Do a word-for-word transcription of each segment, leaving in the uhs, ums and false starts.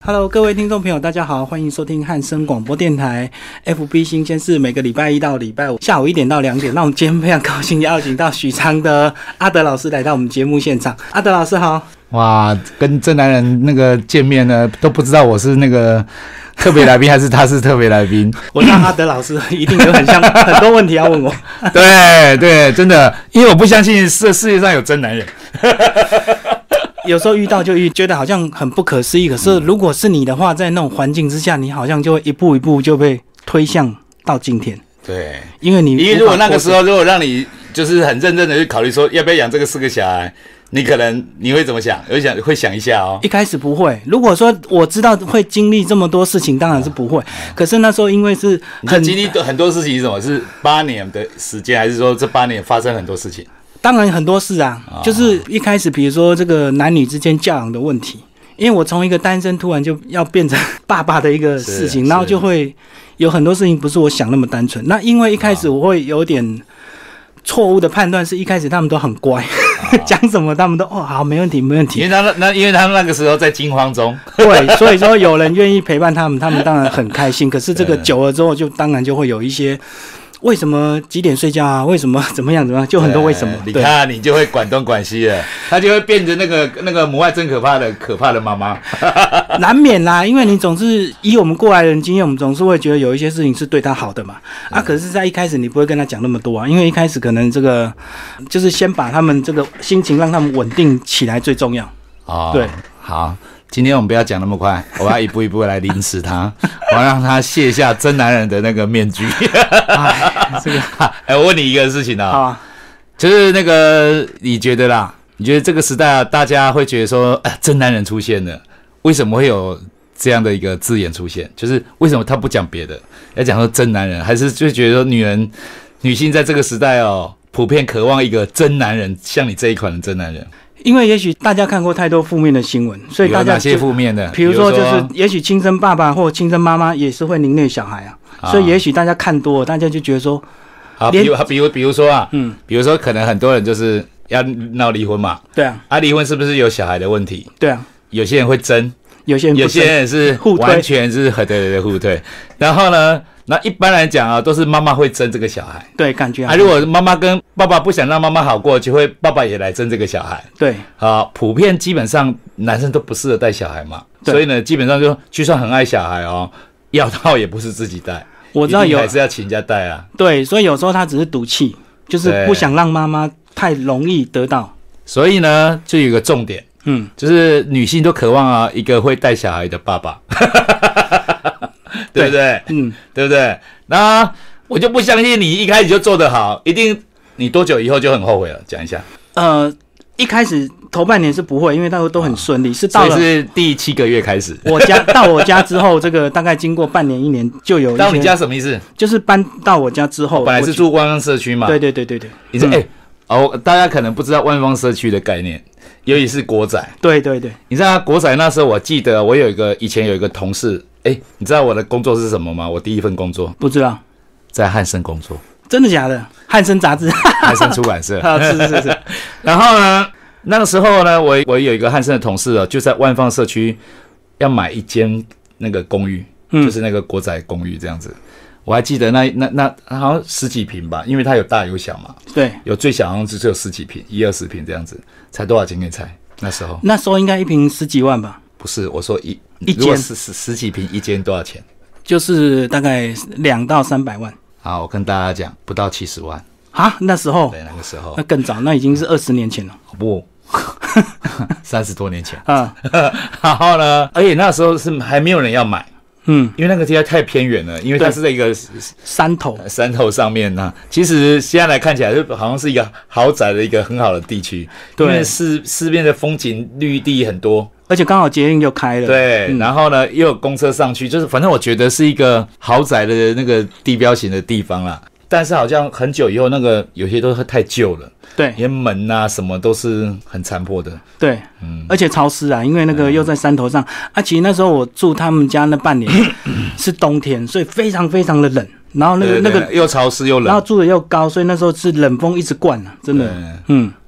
Hello， 各位听众朋友，大家好，欢迎收听汉声广播电台 F B 新鲜事，每个礼拜一到礼拜五下午一点到两点。那我们今天非常高兴邀请到许昌的阿德老师来到我们节目现场。阿德老师好。 哇，跟真男人那个见面呢，都不知道我是那个特别来宾还是他是特别来宾。 我让阿德老师一定有很像很多问题要问我。 对对，真的，因为我不相信这世界上有真男人。 有时候遇到就遇，觉得好像很不可思议。可是如果是你的话，在那种环境之下，你好像就会一步一步就被推向到今天。 对， 因为你因为如果那个时候如果让你就是很认真的去考虑说要不要养这个四个小孩，你可能你会怎么想？会想会想一下哦。 一开始不会，如果说我知道会经历这么多事情，当然是不会。可是那时候因为是很经历很多事情，是什么？是八年的时间，还是说这八年发生很多事情？ 当然很多事啊，就是一开始比如说这个男女之间教养的问题，因为我从一个单身突然就要变成爸爸的一个事情，然后就会有很多事情不是我想那么单纯。那因为一开始我会有点错误的判断，是一开始他们都很乖，讲、啊、什么他们都哦好没问题没问题。 因为他那因为他们那个时候在惊慌中， 对，所以说有人愿意陪伴他们，他们当然很开心。可是这个久了之后，就当然就会有一些。为什么几点睡觉啊？为什么怎么样怎么样？就很多为什么。 你看，你就会管东管西了，他就会变成那个那个母爱真可怕的可怕的妈妈。 难免啦，因为你总是以我们过来人经验，我们总是会觉得有一些事情是对他好的嘛。啊，可是，在一开始你不会跟他讲那么多啊，因为一开始可能这个就是先把他们这个心情让他们稳定起来最重要。 哦， 对， 好。今天我们不要讲那么快，我要一步一步来凌迟他，我要让他卸下真男人的那个面具。 哎，这个， 哎，我问你一个事情啊， 好啊， 就是那个你觉得啦，你觉得这个时代啊，大家会觉得说，哎，真男人出现了，为什么会有这样的一个字眼出现？就是为什么他不讲别的，要讲说真男人，还是就觉得说女人、女性在这个时代哦，普遍渴望一个真男人，像你这一款的真男人？ 因为也许大家看过太多负面的新闻，所以大家有哪些负面的？ 比如说，就是也许亲生爸爸或亲生妈妈也是会凌虐小孩啊，啊所以也许大家看多了，大家就觉得说， 好，比如比如比如说啊， 嗯， 比如说可能很多人就是要闹离婚嘛， 对啊， 啊，离婚是不是有小孩的问题？ 对啊， 有些人会争， 有些人不有些人是完全是对对对互推，然后呢？那一般来讲啊，都是妈妈会争这个小孩， 对，感觉啊，如果妈妈跟爸爸不想让妈妈好过，就会爸爸也来争这个小孩， 对， 好，普遍基本上男生都不适合带小孩嘛，所以呢，基本上就就算很爱小孩哦，要到也不是自己带， 我知道有还是要请人家带啊， 对，所以有时候他只是赌气，就是不想让妈妈太容易得到， 所以呢，就有一个重点， 嗯， 就是女性都渴望啊一个会带小孩的爸爸。对不对？嗯，对不对？那我就不相信你一开始就做得好，一定你多久以后就很后悔了？讲一下。 呃，一开始头半年是不会，因为大家都很顺利，是到了所以是第七个月开始。 我家到我家之后，这个大概经过半年一年就有一些。 到你家什么意思？ 就是搬到我家之后， 哦、本来是住万方社区嘛。 对对对对对。 你说哎、嗯欸、哦，大家可能不知道万方社区的概念。尤其是国仔， 对对对， 你知道国仔那时候，我记得我有一个以前有一个同事，哎，你知道我的工作是什么吗？我第一份工作不知道， 在汉声工作， 真的假的？汉声杂志， 汉声出版社， 啊，是是是是。 然后呢，那个时候呢，我我有一个汉声的同事哦，就在万方社区要买一间那个公寓，嗯、就是那个国仔公寓这样子。我还记得那那那好像十几坪吧，因为它有大有小嘛。 对， 有最小好像只有十几坪，一二十坪这样子，才多少钱？给你猜？那时候那时候应该一坪十几万吧？ 不是，我说一一间， 如果十十十几坪一间多少钱？ 就是大概两到三百万。 好，我跟大家讲，不到七十万啊！那时候对，那个时候那更早，那已经是二十年前了。 不，三十多年前啊。 然后呢，而且那时候是还没有人要买。 嗯， 因为那个地方太偏远了，因为它是在一个山头， 山头上面呢、啊。其实现在来看起来，就好像是一个豪宅的一个很好的地区， 对， 因为四四边的风景绿地很多， 而且刚好捷运就开了， 对、嗯，然后呢又有公车上去，就是反正我觉得是一个豪宅的那个地标型的地方啦。但是好像很久以后，那个有些都太旧了， 对， 连门啊什么都是很残破的， 对，嗯，而且潮湿啊，因为那个又在山头上、嗯、啊。其实那时候我住他们家那半年是冬天，所以非常非常的冷，然后那个对对对那个又潮湿又冷， 然后住的又高，所以那时候是冷风一直灌啊，真的，嗯。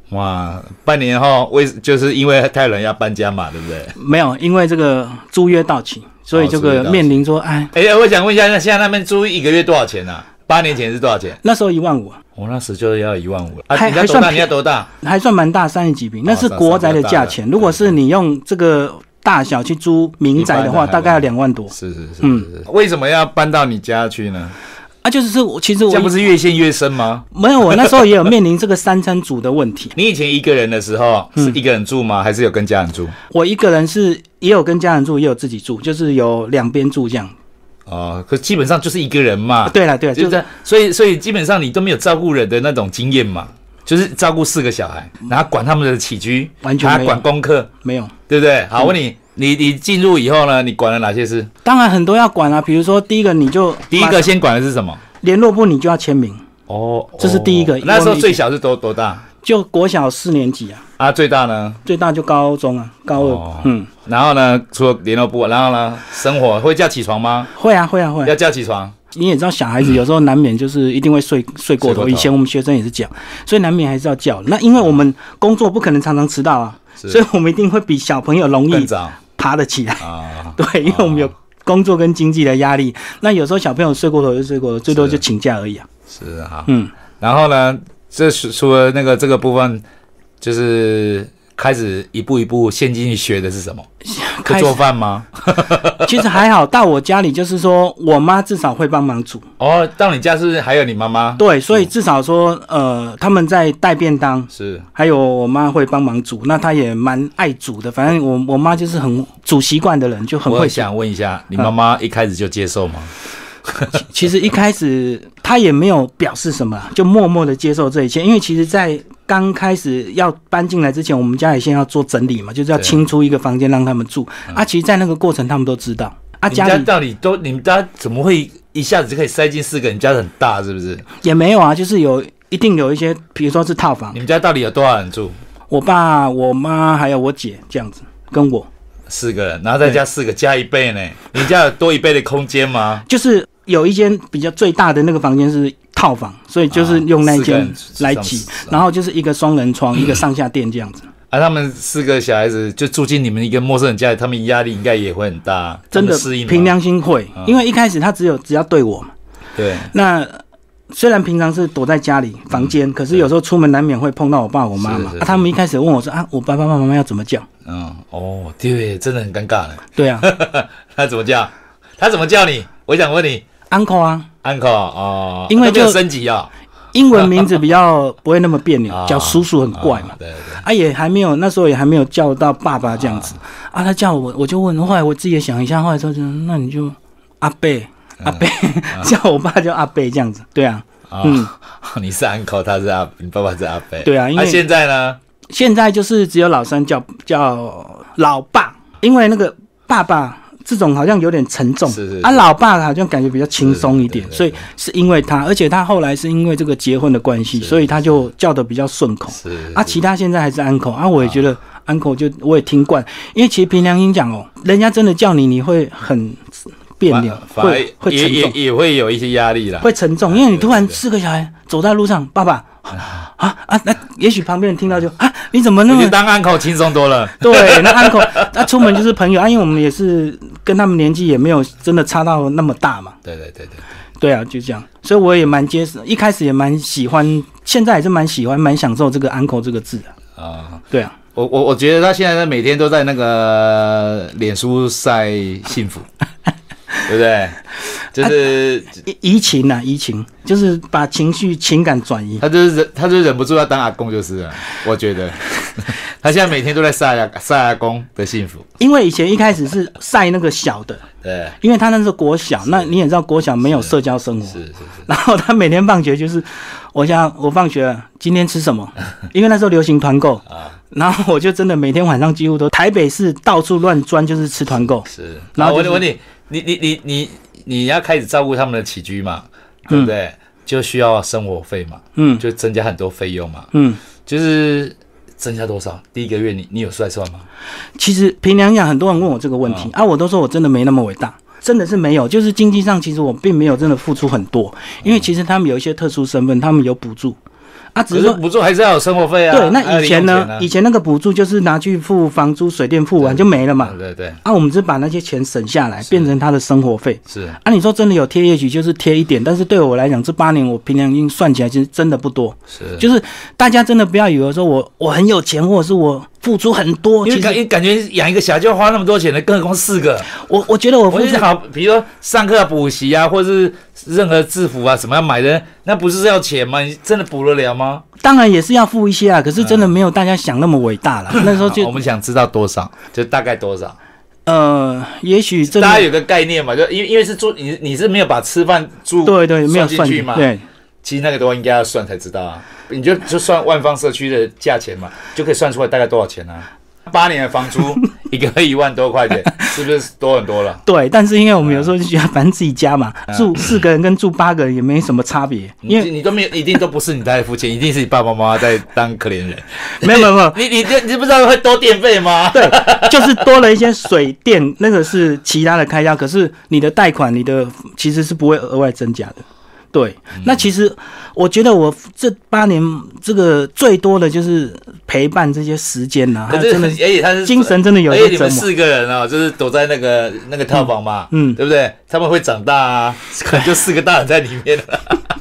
哇，半年后为就是因为太冷要搬家嘛，对不对？ 没有，因为这个租约到期，所以这个面临说，哎， 哎、欸，我想问一下，那现在那边租一个月多少钱啊？八年前是多少钱？ 那时候一万五。 我、哦、那时就要一万五了。啊， 还你家多大？你家多大？ 还算蛮大，三十几平，那是国宅的价钱。如果是你用这个大小去租民宅的话，大概要两万多。 是是是，嗯，为什么要搬到你家去呢？ 啊，就是我其实我这不是越陷越深吗？ 没有，我那时候也有面临这个三餐煮的问题。 你以前一个人的时候是一个人住吗？嗯、还是有跟家人住？ 我一个人是也有跟家人住，也有自己住，就是有两边住这样。 哦，可基本上就是一个人嘛。 对了对了， 就是，所以所以基本上你都没有照顾人的那种经验嘛，就是照顾四个小孩，然后管他们的起居， 完全没有， 还管功课， 没有， 对不对？好，嗯、问你，你你进入以后呢，你管了哪些事？ 当然很多要管啊，比如说第一个你就第一个先管的是什么？ 联络簿你就要签名。 哦， 这是第一个。 那时候最小是多多大？ 就国小四年级啊。 啊，最大呢？ 最大就高中啊，高二。哦、嗯， 然后呢，除了联络簿，然后呢，生活会叫起床吗？ 会啊，会啊，会啊。 要叫起床。 你也知道，小孩子有时候难免就是一定会睡睡过头。以前我们学生也是讲，所以难免还是要叫。那因为我们工作不可能常常迟到啊，所以我们一定会比小朋友容易爬得起来。啊，对，因为我们有工作跟经济的压力。那有时候小朋友睡过头就睡过头，最多就请假而已啊。 是啊，嗯。然后呢，这除了那个这个部分，就是开始一步一步陷进去学的是什么？会做饭吗？ 其实还好，到我家里就是说我妈至少会帮忙煮。 哦，到你家是不是还有你妈妈？ 对，所以至少说呃他们在带便当， 是， 还有我妈会帮忙煮，那她也蛮爱煮的。反正我我妈就是很煮习惯的人，就很会煮。 我想问一下，你妈妈一开始就接受吗？ 其实一开始她也没有表示什么，就默默的接受这一切。因为其实在刚开始要搬进来之前，我们家也先要做整理嘛，就是要清出一个房间让他们住。啊，其实在那个过程他们都知道。啊， 家里到底都你们家怎么会一下子就可以塞进四个人？你家很大是不是？ 也没有啊，就是有一定有一些，比如说是套房。 你们家到底有多少人住？ 我爸、我妈还有我姐这样子，跟我四个人，然后再加四个，加一倍呢？你家有多一倍的空间吗？ 就是有一间比较最大的那个房间是套房，所以就是用那间来挤，啊、然后就是一个双人床，嗯、一个上下垫这样子。啊， 他们四个小孩子就住进你们一个陌生人家里，他们压力应该也会很大。 真的，凭良心会，嗯、因为一开始他只有只要对我嘛。 对。 那虽然平常是躲在家里房间，嗯、可是有时候出门难免会碰到我爸我妈嘛。啊，他们一开始问我说啊，我爸爸妈妈要怎么叫？ 嗯，哦，对，真的很尴尬的。 对啊。 他怎么叫？他怎么叫你？我想问你。 uncle 啊 ，uncle 哦， 因为就升级啊、哦， 英文名字比较不会那么别扭，叫叔叔很怪嘛。 对对。 啊，也还没有那时候也还没有叫到爸爸这样子啊。他叫我，我就问，后来我自己也想一下，后来说就那你就阿伯阿伯，叫我爸叫阿伯这样子。对啊， 嗯，你是 uncle， 他是阿，你爸爸是阿伯。 对啊，因为、 啊、现在呢？ 现在就是只有老三叫叫老爸，因为那个爸爸。这种好像有点沉重， 是是是啊，老爸好像感觉比较轻松一点，所以是因为他，而且他后来是因为这个结婚的关系，所以他就叫的比较顺口。 是是是啊，其他现在还是 uncle 啊，我也觉得 uncle 就我也听惯，因为其实凭良心讲哦，人家真的叫你，你会很别扭，会会沉重， 也也会有一些压力啦， 会沉重，因为你突然四个小孩走在路上，爸爸。啊啊！那也许旁边人听到就啊，你怎么那么？ 你当 uncle 轻松多了。 对，那 uncle 那出门就是朋友啊，因为我们也是跟他们年纪也没有真的差到那么大嘛。 对对对对。 对啊，就这样，所以我也蛮接受，一开始也蛮喜欢，现在也是蛮喜欢、蛮享受这个 uncle 这个字啊。啊、呃，对啊， 我我我觉得他现在每天都在那个脸书晒幸福。对不对？就是移情啊，移情，就是把情绪、情感转移。 他就是忍，他就是忍不住要当阿公，就是了。我觉得他现在每天都在晒阿晒阿公的幸福。 因为以前一开始是晒那个小的， 对， 因为他那是国小，那你也知道国小没有社交生活， 是是 是, 是。 然后他每天放学就是，我想我放学了，今天吃什么？因为那时候流行团购啊。然后我就真的每天晚上几乎都台北市到处乱钻，就是吃团购。 是，然后我问你，你你你你你要开始照顾他们的起居嘛，对不对？嗯、就需要生活费嘛，嗯，就增加很多费用嘛，嗯，就是增加多少？第一个月你你有算算吗？ 其实凭良心讲，很多人问我这个问题、嗯、啊，我都说我真的没那么伟大。真的是没有，就是经济上其实我并没有真的付出很多，因为其实他们有一些特殊身份，他们有补助。 啊，只是说补助还是要有生活费啊。 对，那以前呢？ 啊、 以前那个补助就是拿去付房租、水电付完就没了嘛。 对对对。 啊，我们只把那些钱省下来，变成他的生活费。 是。 啊，你说真的有贴，也许就是贴一点，但是对我来讲，这八年我平常心算起来，其实真的不多。 是。 就是大家真的不要以为说我我很有钱，或者是我付出很多， 因为感因为感觉养一个小孩就要花那么多钱的，更何况四个。 我我觉得我付出好，比如说上课补习啊，或者是任何制服啊，什么要买的，那不是要钱吗？你真的补得了吗？ 当然也是要付一些啊，可是真的没有大家想那么伟大啦。嗯、那时候就我们想知道多少，就大概多少。 呃，也许大家有个概念嘛，就因为因为是住你你是没有把吃饭住对对没有算进去嘛， 对， 其实那个都应该要算才知道啊。你就就算万方社区的价钱嘛，就可以算出来大概多少钱啊。八年的房租一个月一万多块钱，是不是多很多了？ 对，但是因为我们有时候就觉得，反正自己家嘛，嗯、住四个人跟住八个人也没什么差别。因为你都没有，一定都不是你在付钱，一定是你爸爸妈妈在当可怜人。 没有没有没有， 你你你你不知道会多电费吗？ 对，就是多了一些水电，那个是其他的开销，可是你的贷款，你的其实是不会额外增加的。对，那其实我觉得我这八年这个最多的就是陪伴这些时间呐、啊， 可是真的，而且他是精神真的有一些折磨。 而且你们四个人啊，就是躲在那个那个套房嘛，嗯，对不对？他们会长大啊，可能就四个大人在里面了。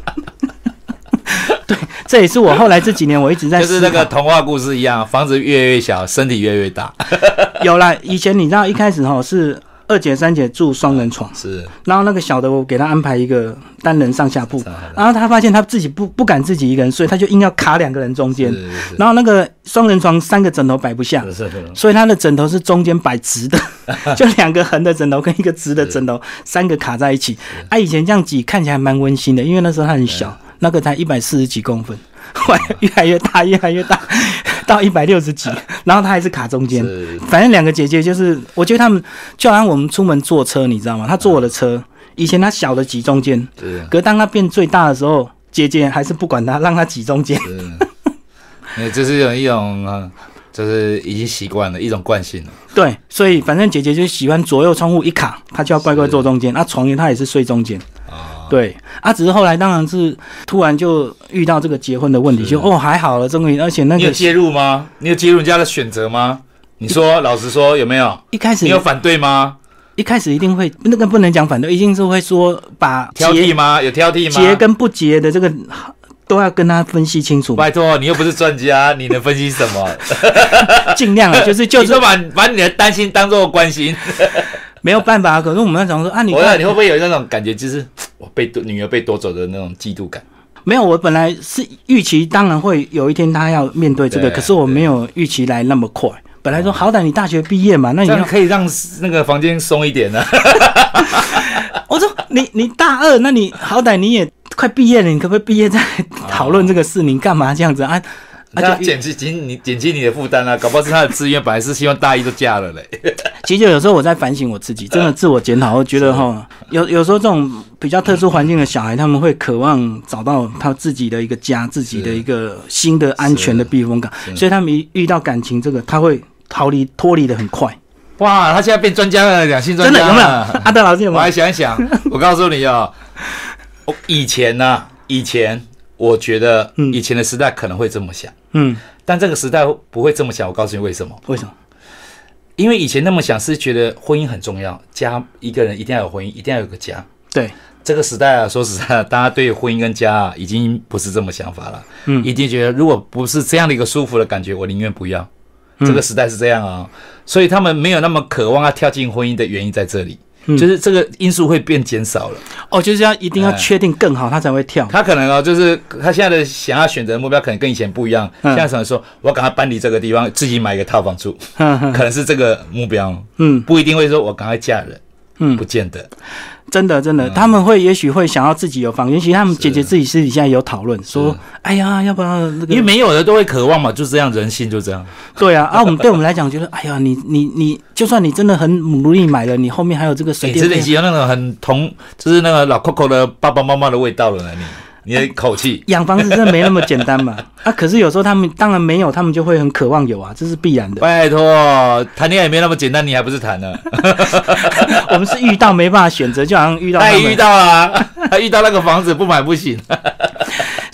对，这也是我后来这几年我一直在就是那个童话故事一样，房子越来越小，身体越来越大。 有啦，以前你知道一开始哈是。二姐三姐住双人床， 是， 然后那个小的我给他安排一个单人上下铺，然后他发现他自己不不敢自己一个人睡，他就硬要卡两个人中间，然后那个双人床三个枕头摆不下，所以他的枕头是中间摆直的，就两个横的枕头跟一个直的枕头，三个卡在一起。啊，以前这样挤看起来蛮温馨的，因为那时候他很小，那个才一百四十几公分，后来越来越大，越来越大。到一百六十几，然后他还是卡中间。反正两个姐姐就是，我觉得他们就好像我们出门坐车，你知道吗？他坐我的车，以前他小的挤中间，可是当他变最大的时候，姐姐还是不管他，让他挤中间。 是，这是有一种，就是已经习惯了一种惯性了。 对，所以反正姐姐就喜欢左右窗户一卡，她就要乖乖坐中间。啊，床也她也是睡中间。对啊，只是后来当然是突然就遇到这个结婚的问题，就哦还好了，终于，而且那个你有介入吗？你有介入人家的选择吗？你说老实说有没有？ 一开始你有反对吗？ 一开始一定会那个不能讲反对，一定是会说把挑剔吗？有挑剔吗？ 结跟不结的这个都要跟他分析清楚。 拜托，你又不是专家，你能分析什么？ 尽量了，就是就是， 你都把把你的担心当作关心。 没有办法，可是我们要讲说啊，你我你会不会有那种感觉，就是我被女儿被夺走的那种嫉妒感？ 没有，我本来是预期，当然会有一天他要面对这个，可是我没有预期来那么快。本来说好歹你大学毕业嘛，那你要可以让那个房间松一点呢、 啊。我说你你大二，那你好歹你也快毕业了，你可不可以毕业再讨论这个事？你干嘛这样子啊？ 他减轻你减轻你的负担啊，搞不好是他的志愿，本来是希望大一都嫁了嘞。 其实有时候我在反省我自己，真的自我检讨，我觉得哈，有有时候这种比较特殊环境的小孩，他们会渴望找到他自己的一个家，自己的一个新的安全的避风港，所以他们一遇到感情这个，他会逃离脱离的很快。 哇，他现在变专家了，两性专家了， 真的有没有？阿德老师有没有？ 我还想一想，我告诉你哦，以前呢、啊，以前。我觉得以前的时代可能会这么想，嗯，但这个时代不会这么想。我告诉你为什么？ 为什么？ 因为以前那么想是觉得婚姻很重要，家一个人一定要有婚姻，一定要有个家。 对， 这个时代啊，说实在的，大家对婚姻跟家啊，已经不是这么想法了。嗯，一定觉得如果不是这样的一个舒服的感觉，我宁愿不要。这个时代是这样啊，所以他们没有那么渴望要跳进婚姻的原因在这里。嗯、就是这个因素会变减少了哦，就是要一定要确定更好，他才会跳。 他可能哦，就是他现在的想要选择的目标可能跟以前不一样。嗯、现在可能说，我要赶快搬离这个地方，自己买一个套房住，嗯、可能是这个目标。嗯，不一定会说我赶快嫁人，嗯，不见得。 真的，真的，嗯、他们会也许会想要自己有房间。其实他们姐姐自己私底下有讨论说，哎呀，要不要那个？ 因为没有的都会渴望嘛，就这样，人性就这样。 对啊，啊，我们对我们来讲，觉得，哎呀，你你你，就算你真的很努力买了，你后面还有这个水电费。 你真的有那种很同，就是那个老 Coco 的爸爸妈妈的味道了呢，你。你的口气， 养房子真的没那么简单嘛？啊，可是有时候他们当然没有，他们就会很渴望有啊，这是必然的。 拜托，谈恋爱也没那么简单，你还不是谈呢？ 我们是遇到没办法选择，就好像遇到他们，他也遇到啊，他遇到那个房子不买不行。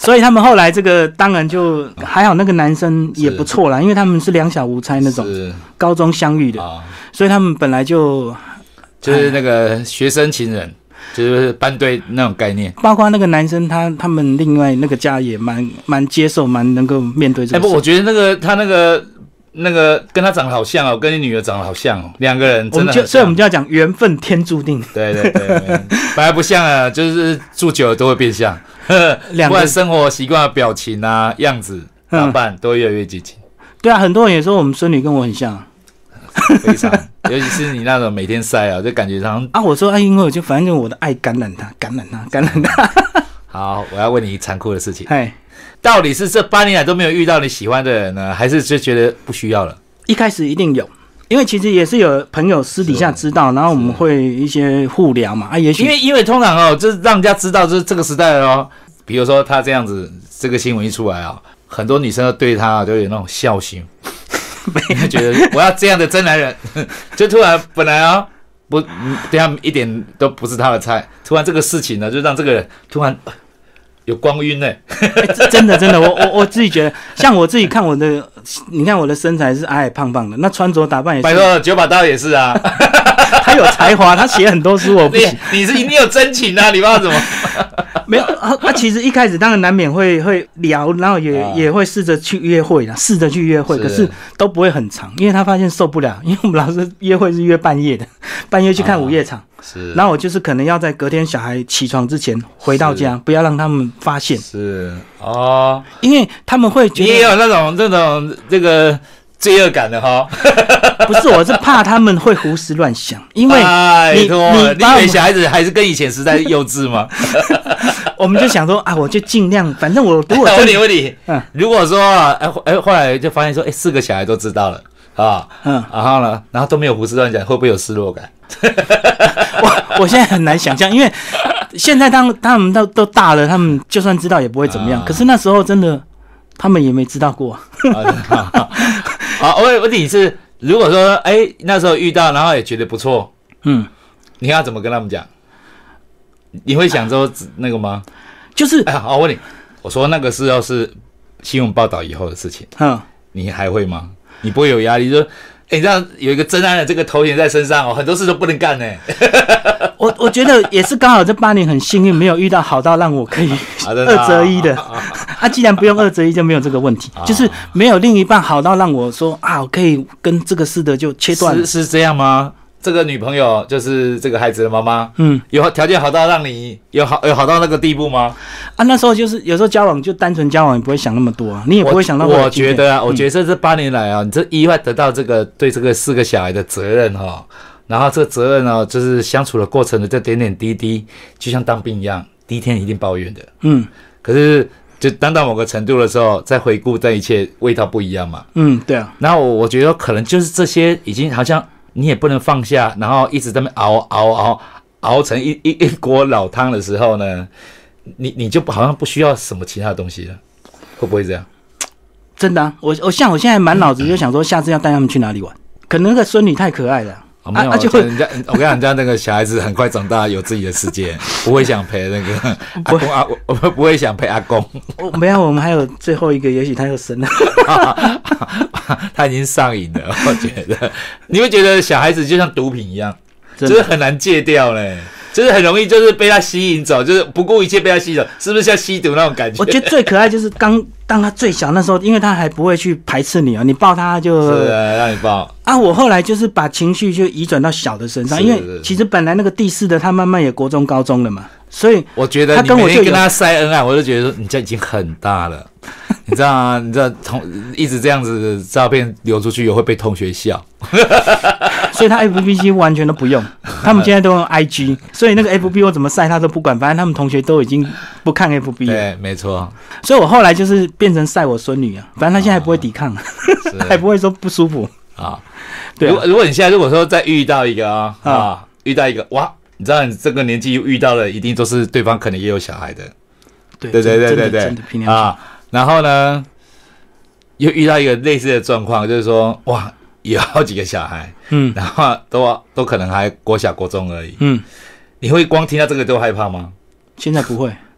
所以他们后来这个当然就还好，那个男生也不错啦，因为他们是两小无猜那种高中相遇的，哦、所以他们本来就就是那个学生情人。就是班队那种概念， 包括那个男生他他们另外那个家也蛮蛮接受，蛮能够面对这个。哎、 欸，不，我觉得那个他那个那个跟他长得好像哦，跟你女儿长得好像哦，两个人真的很像。 所以我们就要讲缘分天注定。 对对对，本来不像啊，就是住久了都会变像，不然生活习惯、表情啊、样子、打扮、嗯、都会越来越接近。 对啊，很多人也说我们孙女跟我很像。 非常，尤其是你那种每天晒啊，就感觉上啊，我说啊，因为我就反正我的爱感染他，感染他，感染他。 好，我要问你残酷的事情， 哎， 到底是这八年来都没有遇到你喜欢的人呢，还是就觉得不需要了？ 一开始一定有，因为其实也是有朋友私底下知道，然后我们会一些互聊嘛，啊，也许因为因为通常哦，就是让人家知道就是这个时代了哦，比如说他这样子，这个新闻一出来啊、哦，很多女生都对他就有那种笑心。就觉得我要这样的真男人，就突然本来啊不对他一点都不是他的菜，突然这个事情呢，就让这个人突然有光晕呢、欸欸。真的真的，我我我自己觉得，像我自己看我的，你看我的身材是矮矮胖胖的，那穿着打扮也是。 拜托，九把刀也是啊， 他有才华，他写很多书，我不行。 你你是你有真情啊，你不知道怎么。 没有啊，啊，其实一开始当然难免会会聊，然后也、啊、也会试着去约会啦，试着去约会，可是都不会很长，因为他发现受不了，因为我们老师约会是约半夜的，半夜去看午夜场，啊、是，然后我就是可能要在隔天小孩起床之前回到家，不要让他们发现， 是哦， 因为他们会觉得你也有那种这种这个。罪恶感的哈， 不是，我是怕他们会胡思乱想，因为你你你以为小孩子还是跟以前时代幼稚吗？ 我们就想说啊，我就尽量，反正我如果问你问你，嗯，如果说哎哎，后来就发现说，哎，四个小孩都知道了啊，嗯，然后呢，然后都没有胡思乱想，会不会有失落感？ 我我现在很难想象，因为现在当他们都都大了，他们就算知道也不会怎么样，啊、可是那时候真的他们也没知道过、啊。好， 问问题是，如果说哎、欸、那时候遇到，然后也觉得不错，嗯，你要怎么跟他们讲？你会想说那个吗？ 就是哎，好，我问你，我说那个是要是新闻报道以后的事情，嗯，你还会吗？你不会有压力？说，哎、欸，这样有一个真爱的这个头衔在身上哦，很多事都不能干呢。 我我觉得也是刚好这八年很幸运，没有遇到好到让我可以二择一的。啊，既然不用二择一，就没有这个问题，啊、就是没有另一半好到让我说啊，我可以跟这个似的就切断。 是是这样吗？这个女朋友就是这个孩子的妈妈，嗯，有条件好到让你有好有好到那个地步吗？ 啊，那时候就是有时候交往就单纯交往，也不会想那么多啊，你也不会想到我。 我觉得啊，嗯、我觉得这这八年来啊，你这意外得到这个对这个四个小孩的责任哈、哦，然后这个责任呢、哦，就是相处的过程的这点点滴滴，就像当兵一样，第一天一定抱怨的，嗯，可是。就当到某个程度的时候，再回顾这一切，味道不一样嘛。 嗯，对啊。 然后我觉得可能就是这些已经好像你也不能放下，然后一直在那边熬熬熬熬成一一一锅老汤的时候呢，你你就好像不需要什么其他的东西了，会不会这样？ 真的啊，我我像我现在满脑子就想说，下次要带他们去哪里玩？可能那个孙女太可爱了。 哦、没有，啊、就人家我跟你讲，人家那个小孩子很快长大，有自己的世界，不会想陪那个阿公阿，我不会想陪阿公。 我没有，我们还有最后一个，也许他又生了， 他已经上瘾了。我觉得，你会觉得小孩子就像毒品一样，就是很难戒掉嘞。就是很容易就是被他吸引走，就是不顾一切被他吸引走，是不是像吸毒那种感觉？ 我觉得最可爱就是刚当他最小那时候，因为他还不会去排斥你啊，你抱他就是啊，让你抱啊。我后来就是把情绪就移转到小的身上，因为其实本来那个第四的他慢慢也国中高中了嘛，所以我觉得他跟我就跟他晒恩爱，我就觉得说你这已经很大了，你知道吗？你知道同一直这样子的照片流出去，也会被同学笑。 所以他 F B 几乎完全都不用，他们现在都用 I G， 所以那个 F B 我怎么晒他都不管，反正他们同学都已经不看 F B 了。 对，没错。所以我后来就是变成晒我孙女啊，反正他现在还不会抵抗，啊、还不会说不舒服啊。 对啊，如果如果你现在如果说再遇到一个啊啊，啊遇到一个哇，你知道你这个年纪遇到的一定都是对方可能也有小孩的， 对对对对对对啊，然后呢又遇到一个类似的状况，就是说哇。有好几个小孩，嗯，然后都都可能还国小国中而已，嗯，你会光听到这个都害怕吗？ 现在不会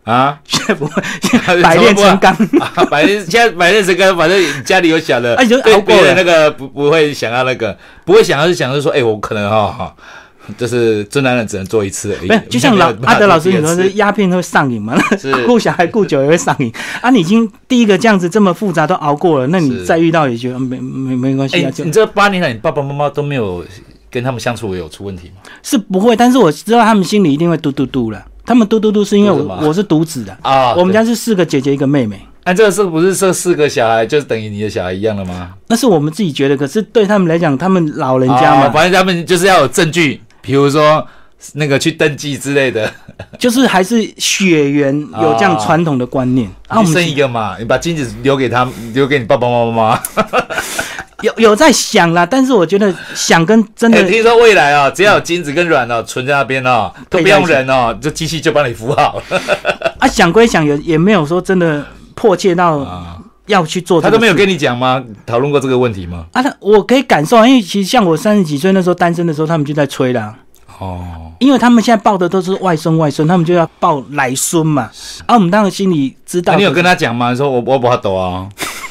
啊， 现在不会，百炼成钢， 啊、百炼现在百炼成钢，反正家里有小的， 哎、啊，就熬过了那个不不会想要那个，不会想要是想要说，哎、欸，我可能哈哈。就是真男人只能做一次而已， 没有，就像老阿德老师你说是鸦片会上瘾嘛，顾小孩顾久也会上瘾啊。你已经第一个这样子这么复杂都熬过了，那你再遇到也觉得没没没关系啊。 欸、你这八年来，你爸爸妈妈都没有跟他们相处有出问题吗？ 是不会，但是我知道他们心里一定会嘟嘟嘟了。他们嘟嘟嘟是因为我我是独子的啊，我们家是四个姐姐一个妹妹。 那、啊、这个是不是这四个小孩就是等于你的小孩一样了吗？ 那是我们自己觉得，可是对他们来讲，他们老人家嘛， 啊、反正他们就是要有证据。比如说那个去登记之类的， 就是还是血缘有这样传统的观念。 啊，你生一个嘛，你把精子留给他，留给你爸爸妈妈。 有有在想啦，但是我觉得想跟真的， 欸、听说未来啊、哦，只要有精子跟卵哦存在那边哦，都不用人哦，就机器就帮你孵好了。 啊，想归想，也也没有说真的迫切到要去做这个事。 他都没有跟你讲吗？讨论过这个问题吗？ 啊，他我可以感受，因为其实像我三十几岁那时候单身的时候，他们就在催啦。哦，因为他们现在抱的都是外孙外孙，他们就要抱来孙嘛。啊，我们当然心里知道。啊、 你有跟他讲吗？说我我不懂啊。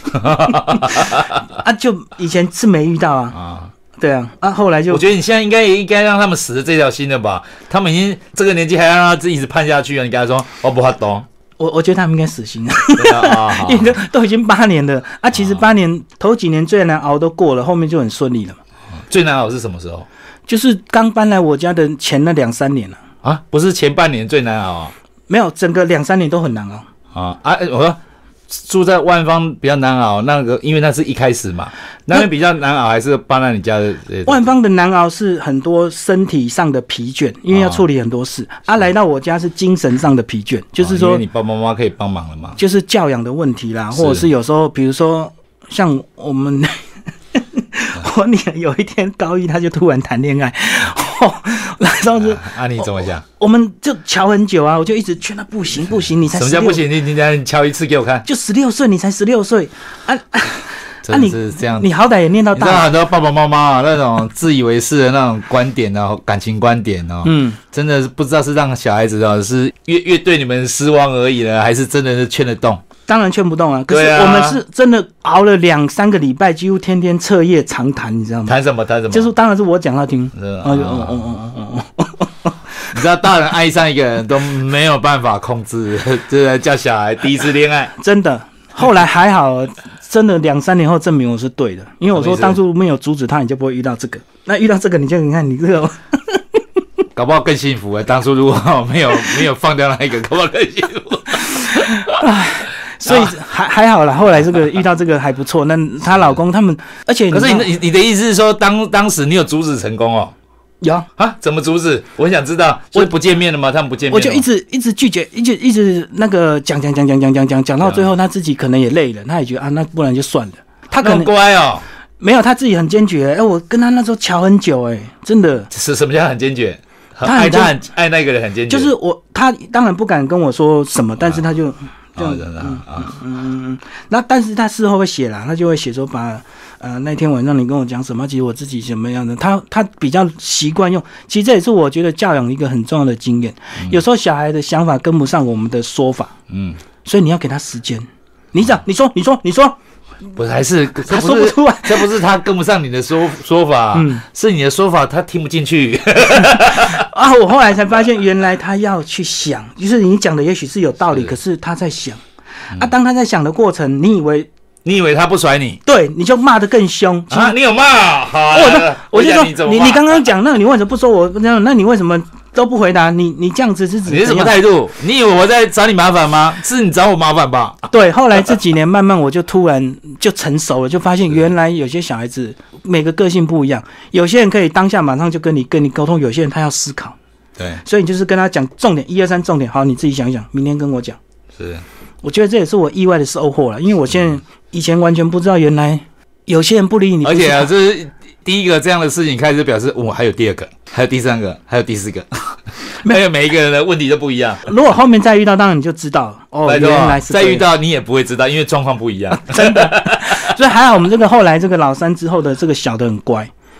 啊，就以前是没遇到啊。啊，对啊，啊，后来就。 我觉得你现在应该也应该让他们死了这条心了吧？他们已经这个年纪还要让他自己一直判下去啊！你跟他说我不懂。 我我觉得他们应该死刑啊，啊因为 都, 都已经八年了啊。其实八年、啊、头几年最难熬都过了，后面就很顺利了嘛。 最难熬是什么时候？ 就是刚搬来我家的前那两三年了啊，不是前半年最难熬啊？ 没有，整个两三年都很难熬啊啊！我说住在万方比较难熬，那个因为那是一开始嘛，那边比较难熬，还是搬来你家的？ 万方的难熬是很多身体上的疲倦，因为要处理很多事啊。啊来到我家是精神上的疲倦，就是说、啊、 因为你爸爸妈妈可以帮忙了嘛， 就是教养的问题啦，或者是有时候比如说像我们。我女儿有一天高一，她就突然谈恋爱，哦，那时候就啊，啊你怎么讲？ 我们就瞧很久啊，我就一直劝她不行不行，你才什么叫不行？你你你敲一次给我看， 就十六岁，你才十六岁啊啊！ 真的是这样、啊你，你好歹也念到大。 你知道很多爸爸妈妈啊，那种自以为是的那种观点啊，感情观点哦，嗯，真的是不知道是让小孩子哦，是越越对你们失望而已呢，还是真的是劝得动？ 当然劝不动啊，可是我们是真的熬了两三个礼拜，几乎天天彻夜长谈，你知道吗？ 谈什么？谈什么？ 就是当然是我讲他听。 哦哦哦哦哦！你知道大人爱上一个人都没有办法控制，就是叫小孩第一次恋爱， 真的。后来还好，真的两三年后证明我是对的，因为我说当初没有阻止他，你就不会遇到这个。那遇到这个，你就你看你这个。 搞不好更幸福哎！当初如果没有没有放掉那一个，搞不好更幸福。 所以还还好啦，后来这个遇到这个还不错。那她老公他们，而且可是你你的意思是说，当当时你有阻止成功哦？ 有啊？怎么阻止？我很想知道。我不见面了吗？他们不见面了吗？ 我就一直一直拒绝，一直一直那个讲讲讲讲讲讲讲讲到最后，他自己可能也累了，他也觉得啊，那不然就算了。他可能乖哦， 没有他自己很坚决。哎、欸，我跟他那时候瞧很久、欸，哎，真的。 是什么叫很坚决？他爱他很爱那个人很坚决。 就是我，他当然不敢跟我说什么，但是他就。 就哦、嗯嗯嗯嗯，那但是他事后会写啦，他就会写说把呃那天晚上你跟我讲什么，其实我自己什么样的，他他比较习惯用，其实这也是我觉得教养一个很重要的经验、嗯。有时候小孩的想法跟不上我们的说法，嗯，所以你要给他时间。你讲，你说，你说，你说。 不是，还是他说不出来， 这不是他跟不上你的说说法，嗯，是你的说法他听不进去啊！我后来才发现，原来他要去想，就是你讲的也许是有道理，可是他在想、嗯、啊。当他在想的过程，你以为你以为他不甩你， 对，你就骂得更凶啊！你有骂？好、啊， 我我就说你你刚刚讲那个，你为什么不说我？那你为什么？都不回答你，你这样子是指你是什么态度？你以为我在找你麻烦吗？是你找我麻烦吧？ 对，后来这几年慢慢我就突然就成熟了，就发现原来有些小孩子每个个性不一样，有些人可以当下马上就跟你跟你沟通，有些人他要思考。 对， 所以你就是跟他讲重点，一二三重点，好，你自己想一想，明天跟我讲。 是， 我觉得这也是我意外的收获了，因为我现在以前完全不知道，原来有些人不理你， 而且啊，这是第一个这样的事情开始表示，我、哦、还有第二个，还有第三个，还有第四个。还有每一个人的问题都不一样。 如果后面再遇到，当然你就知道哦，原来是再遇到你也不会知道，因为状况不一样。 真的，所以还好我们这个后来这个老三之后的这个小的很乖，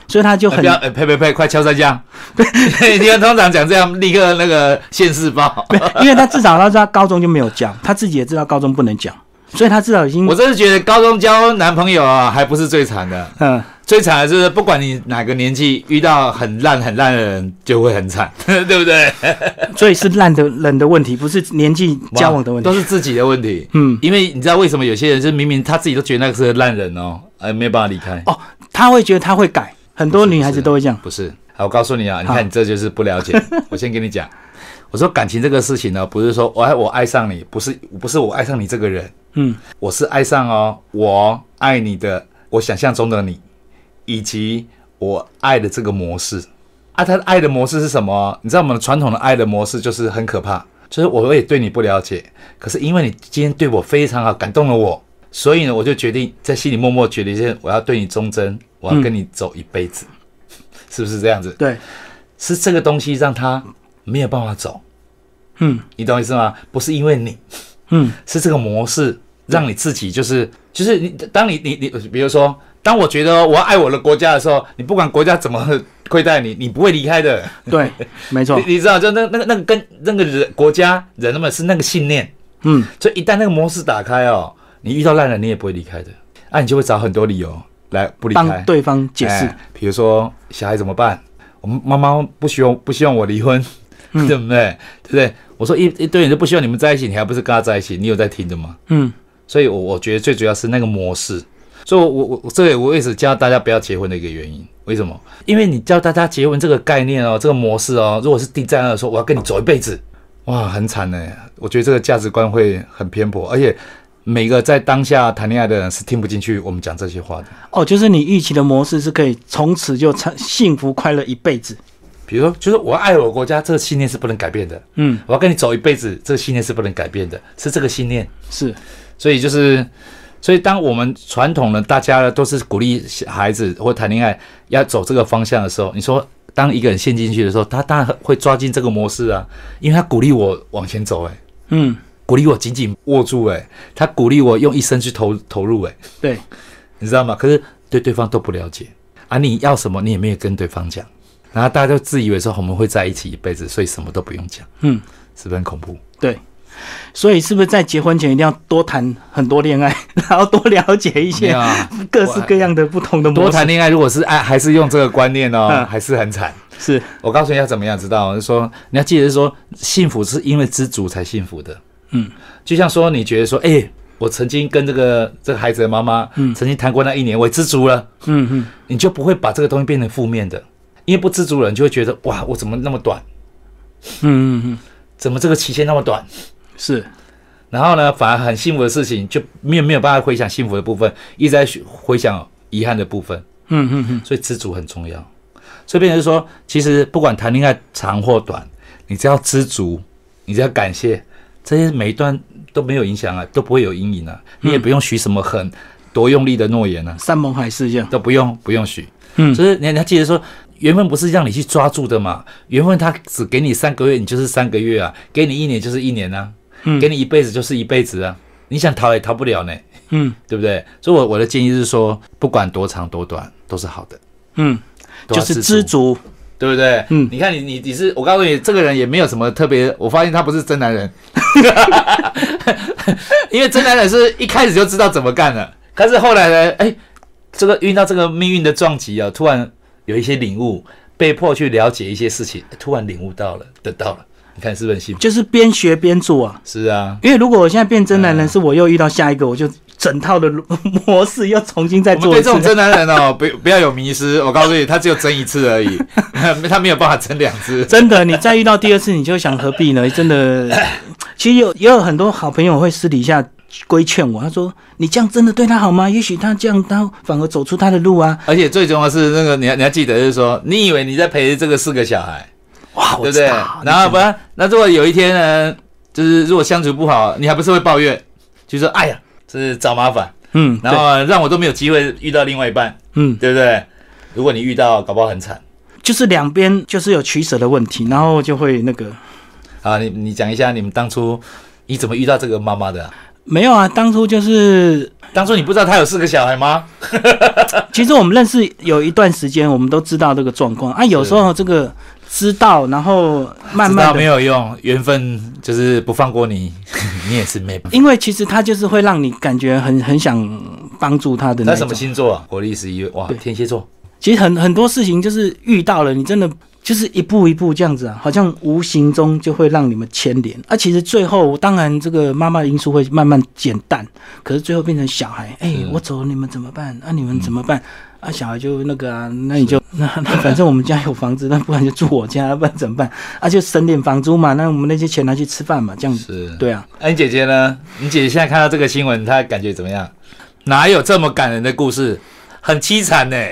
所以他就很、 欸、不要，欸、呸呸呸，快敲三下！你看通常讲这样，立刻那个现世报， 因为他至少他知道高中就没有讲，他自己也知道高中不能讲，所以他至少已经。 我真是觉得高中交男朋友啊，还不是最惨的，嗯，最惨的是不管你哪个年纪遇到很烂很烂的人，就会很惨，对不对？ 所以是烂的人的问题，不是年纪交往的问题， 都是自己的问题。嗯，因为你知道为什么有些人是明明他自己都觉得那个是烂人哦，呃，没有办法离开哦，他会觉得他会改，很多女孩子都会这样。 不是，好，我告诉你啊，你看你这就是不了解。我先跟你讲，我说感情这个事情呢，不是说我爱我爱上你，不是不是我爱上你这个人，嗯，我是爱上哦，我爱你的，我想象中的你。以及我爱的这个模式啊，他的爱的模式是什么？你知道我们传统的爱的模式就是很可怕，就是我也对你不了解，可是因为你今天对我非常好，感动了我，所以呢，我就决定在心里默默决定，我要对你忠贞，我要跟你走一辈子，嗯、是不是这样子？ 对， 是这个东西让他没有办法走，嗯，你懂我意思吗？不是因为你，嗯，是这个模式让你自己就是就是你，当你你你，比如说。当我觉得我要爱我的国家的时候，你不管国家怎么亏待你，你不会离开的。 对，没错。 你, 你知道，就那那个那个跟那个人国家人们是那个信念，嗯，所以一旦那个模式打开哦，你遇到烂人你也不会离开的，啊，你就会找很多理由来不离开， 帮对方解释。 比、欸、如说小孩怎么办？我们妈妈不希望不希望我离婚，嗯、对不对？对不对？我说一一堆人都不希望你们在一起，你还不是跟他在一起？你有在听的吗？嗯，所以我我觉得最主要是那个模式。所以我，我我这个我也是教大家不要结婚的一个原因。为什么？因为你教大家结婚这个概念哦，这个模式哦，如果是定在那说我要跟你走一辈子，哇，很惨呢。我觉得这个价值观会很偏颇，而且每个在当下谈恋爱的人是听不进去我们讲这些话的。 哦，就是你预期的模式是可以从此就幸福快乐一辈子。 比如说，就是我要爱我国家，这个信念是不能改变的。嗯，我要跟你走一辈子，这个信念是不能改变的，是这个信念。 是， 所以就是。所以，当我们传统的大家都是鼓励孩子或谈恋爱要走这个方向的时候，你说，当一个人陷进去的时候，他当然会抓进这个模式啊，因为他鼓励我往前走、欸，哎，嗯，鼓励我紧紧握住、欸，哎，他鼓励我用一生去投投入、欸，哎， 对， 你知道吗？可是对对方都不了解啊，你要什么你也没有跟对方讲，然后大家就自以为说我们会在一起一辈子，所以什么都不用讲，嗯，是不是很恐怖？ 对。所以是不是在结婚前一定要多谈很多恋爱，然后多了解一些各式各样的不同的模式？ 多谈恋爱，如果是爱还是用这个观念哦，嗯、还是很惨。 是我告诉你要怎么样知道，就是说你要记得是说，幸福是因为知足才幸福的。嗯，就像说你觉得说，哎、欸，我曾经跟这个这个孩子的妈妈，嗯，曾经谈过那一年，我也知足了。嗯嗯，你就不会把这个东西变成负面的，因为不知足的人就会觉得，哇，我怎么那么短？嗯嗯嗯，怎么这个期限那么短？ 是， 然后呢，反而很幸福的事情就没有没有办法回想幸福的部分，一直在回想遗憾的部分。嗯嗯嗯，所以知足很重要。所以变成是说，其实不管谈恋爱长或短，你只要知足，你只要感谢，这些每一段都没有影响啊，都不会有阴影啊。你也不用许什么很多用力的诺言啊， 山盟海誓这样都不用不用许。嗯，所以你要记得说。缘分不是让你去抓住的嘛，缘分它只给你三个月，你就是三个月啊；给你一年就是一年啊，嗯、给你一辈子就是一辈子啊。你想逃也逃不了呢，嗯，对不对？所以我，我我的建议是说，不管多长多短，都是好的， 嗯，就是知足， 对不对？嗯，你看你你你是，我告诉你，这个人也没有什么特别，我发现他不是真男人，因为真男人是一开始就知道怎么干了，可是后来呢，哎，这个遇到这个命运的撞击啊，突然。有一些领悟，被迫去了解一些事情，突然领悟到了，得到了，你看是不是很幸福？ 就是边学边做啊。 是啊， 因为如果我现在变真男人，是我又遇到下一个，我就整套的模式又重新再做一次。 我们对这种真男人哦，不不要有迷失。我告诉你，他只有争一次而已，他没有办法争两次。 真的，你再遇到第二次，你就想何必呢？真的，其实有也有很多好朋友会私底下。规劝我，他说：“你这样真的对他好吗？也许他这样，他反而走出他的路啊。” 而且最重要的是，那个你要你要记得，就是说，你以为你在陪这个四个小孩， 哇， 对不对？然后不然，那如果有一天呢，就是如果相处不好，你还不是会抱怨，就说：“哎呀，这是找麻烦。”嗯，然后让我都没有机会遇到另外一半，嗯，对不对？如果你遇到，搞不好很惨。 就是两边就是有取舍的问题，然后就会那个。 啊，你你讲一下你们当初你怎么遇到这个妈妈的、啊？ 没有啊，当初就是当初你不知道他有四个小孩吗？ 其实我们认识有一段时间，我们都知道这个状况啊。有时候这个知道，然后慢慢的知道没有用，缘分就是不放过你，你也是没办法。 因为其实他就是会让你感觉很很想帮助他的那种。 他什么星座啊？国历十一月，哇，天蝎座。 其实很很多事情就是遇到了，你真的就是一步一步这样子啊，好像无形中就会让你们牵连。啊，其实最后当然这个妈妈的因素会慢慢减淡，可是最后变成小孩，哎、欸，我走了你们怎么办？啊，你们怎么办？嗯啊，小孩就那个啊，那你就那那反正我们家有房子，那不然就住我家，不然怎么办？啊，就省点房租嘛，那我们那些钱拿去吃饭嘛，这样子。是，对啊。 那、啊、你姐姐呢？你姐姐现在看到这个新闻，她感觉怎么样？哪有这么感人的故事？很凄惨呢。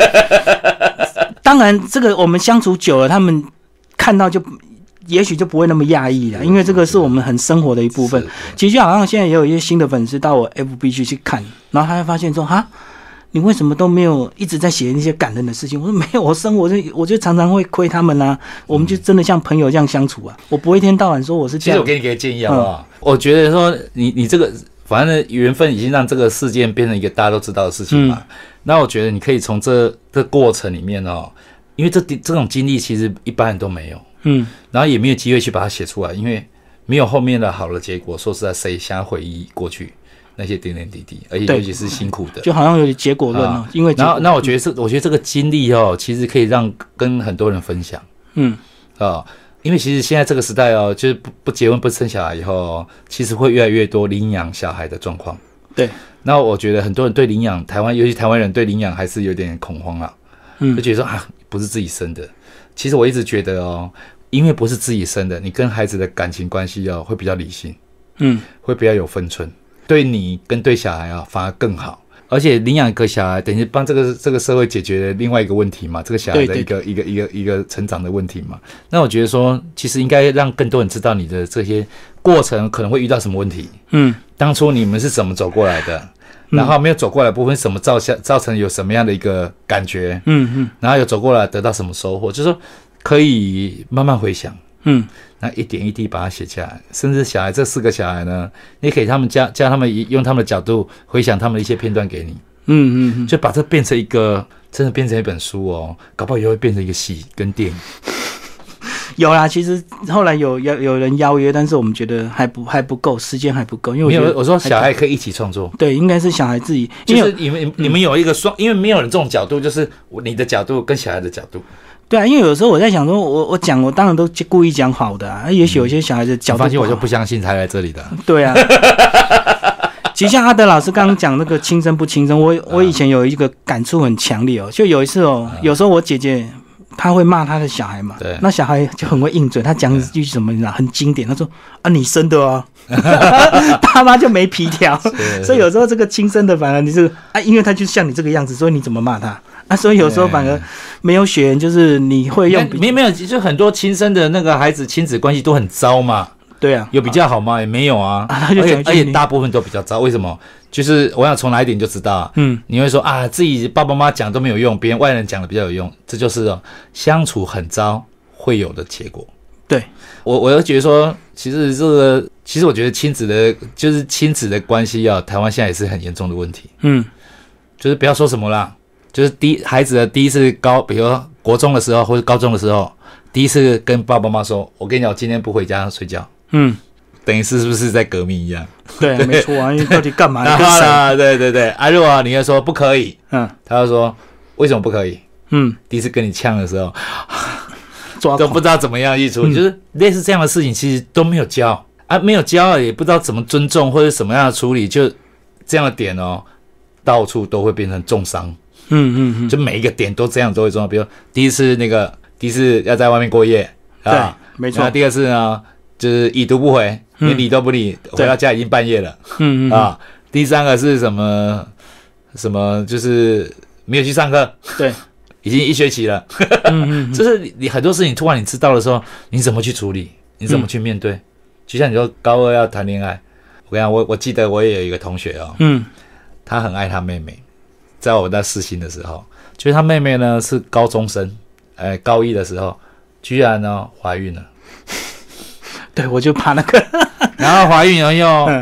当然，这个我们相处久了，他们看到就也许就不会那么讶异了，因为这个是我们很生活的一部分。其实就好像现在也有一些新的粉丝到我 F B 去去看，然后他会发现说，哈。你为什么都没有一直在写那些感人的事情？我说没有，我生活就我就常常会亏他们啊，我们就真的像朋友这样相处啊，我不会一天到晚说我是这样。 其实我给你个建议好不好？嗯、我觉得说你你这个反正缘分已经让这个事件变成一个大家都知道的事情嘛，嗯、那我觉得你可以从这这过程里面哦，因为这这种经历其实一般人都没有，嗯，然后也没有机会去把它写出来，因为没有后面的好的结果。说实在，谁想要回忆过去？那些点点滴滴，而且尤其是辛苦的， 就好像有点结果论哦、啊。因为然后那我觉得是，我觉得这个经历哦，其实可以让跟很多人分享。嗯啊，因为其实现在这个时代哦，就是不不结婚不生小孩以后、哦，其实会越来越多领养小孩的状况。 对， 那我觉得很多人对领养台湾，尤其台湾人对领养还是有点恐慌啊，嗯，就觉得说啊，不是自己生的。其实我一直觉得哦，因为不是自己生的，你跟孩子的感情关系哦会比较理性，嗯，会比较有分寸。对你跟对小孩啊，反而更好，而且领养一个小孩，等于帮这个这个社会解决了另外一个问题嘛，这个小孩的一个一个一个一个成长的问题嘛。那我觉得说，其实应该让更多人知道你的这些过程可能会遇到什么问题，嗯，当初你们是怎么走过来的，然后没有走过来的部分什么造下造成有什么样的一个感觉，嗯嗯，然后有走过来得到什么收获，就是说可以慢慢回想。嗯，那一点一滴把它写下来，甚至小孩这四个小孩呢，你可以他们教教他们用他们的角度回想他们的一些片段给你，嗯嗯，就把这变成一个真的变成一本书哦，搞不好也会变成一个戏跟电影。 有啦，其实后来有有有人邀约，但是我们觉得还不还不够，时间还不够，因为我觉得我说小孩可以一起创作， 对，应该是小孩自己， 就是你们、嗯、你们有一个双，因为没有人这种角度，就是你的角度跟小孩的角度。对啊，因为有时候我在想说，我我讲我当然都故意讲好的啊，也许有些小孩的角度不好， 放心，我就不相信才来这里的。 对啊，其实像阿德老师刚刚讲那个亲生不亲生，我我以前有一个感触很强烈哦，就有一次哦，有时候我姐姐她会骂她的小孩嘛，对，那小孩就很会应嘴，他讲一句什么你知道很经典，他说啊你生的哦，爸妈就没皮条，所以有时候这个亲生的反而你是啊，因为他就像你这个样子，所以你怎么骂他？啊，所以有时候反而没有血缘，就是你会用没没有，就很多亲生的那个孩子亲子关系都很糟嘛。 对啊， 有比较好吗？也没有啊。啊而且而且大部分都比较糟，为什么？就是我想从哪一点就知道，嗯，你会说啊，自己爸爸妈妈讲都没有用，别人外人讲的比较有用，这就是哦，相处很糟会有的结果。 对， 我我又觉得说，其实这个，其实我觉得亲子的，就是亲子的关系啊，台湾现在也是很严重的问题。嗯，就是不要说什么啦。就是第一孩子的第一次高，比如说国中的时候或者高中的时候，第一次跟爸爸妈妈说：“我跟你讲，我今天不回家睡觉。”嗯，等于是是不是在革命一样？ 对，对没错啊，因为到底干嘛？ 然后呢？对对对，啊，如果你要说不可以，嗯，他就说为什么不可以？嗯，第一次跟你呛的时候，都不知道怎么样去处理，嗯、就是类似这样的事情，其实都没有教啊，没有教，也不知道怎么尊重或者什么样的处理，就这样的点哦，到处都会变成重伤。嗯嗯嗯，就每一个点都这样都会重要，比如第一次那个第一次要在外面过夜啊， 对，没错。 那第二次呢，就是已读不回，你理都不理，嗯、回到家已经半夜了。嗯嗯啊，第三个是什么什么，就是没有去上课， 对， 已经一学期了。嗯嗯，就是你你很多事情突然你知道的时候，你怎么去处理？你怎么去面对？嗯、就像你说高二要谈恋爱，我跟你讲，我我记得我也有一个同学哦，嗯，他很爱他妹妹。在我在试新的时候，就是他妹妹呢是高中生，呃，高一的时候，居然呢怀孕了。 对，我就怕那个。 然后怀孕了又、嗯、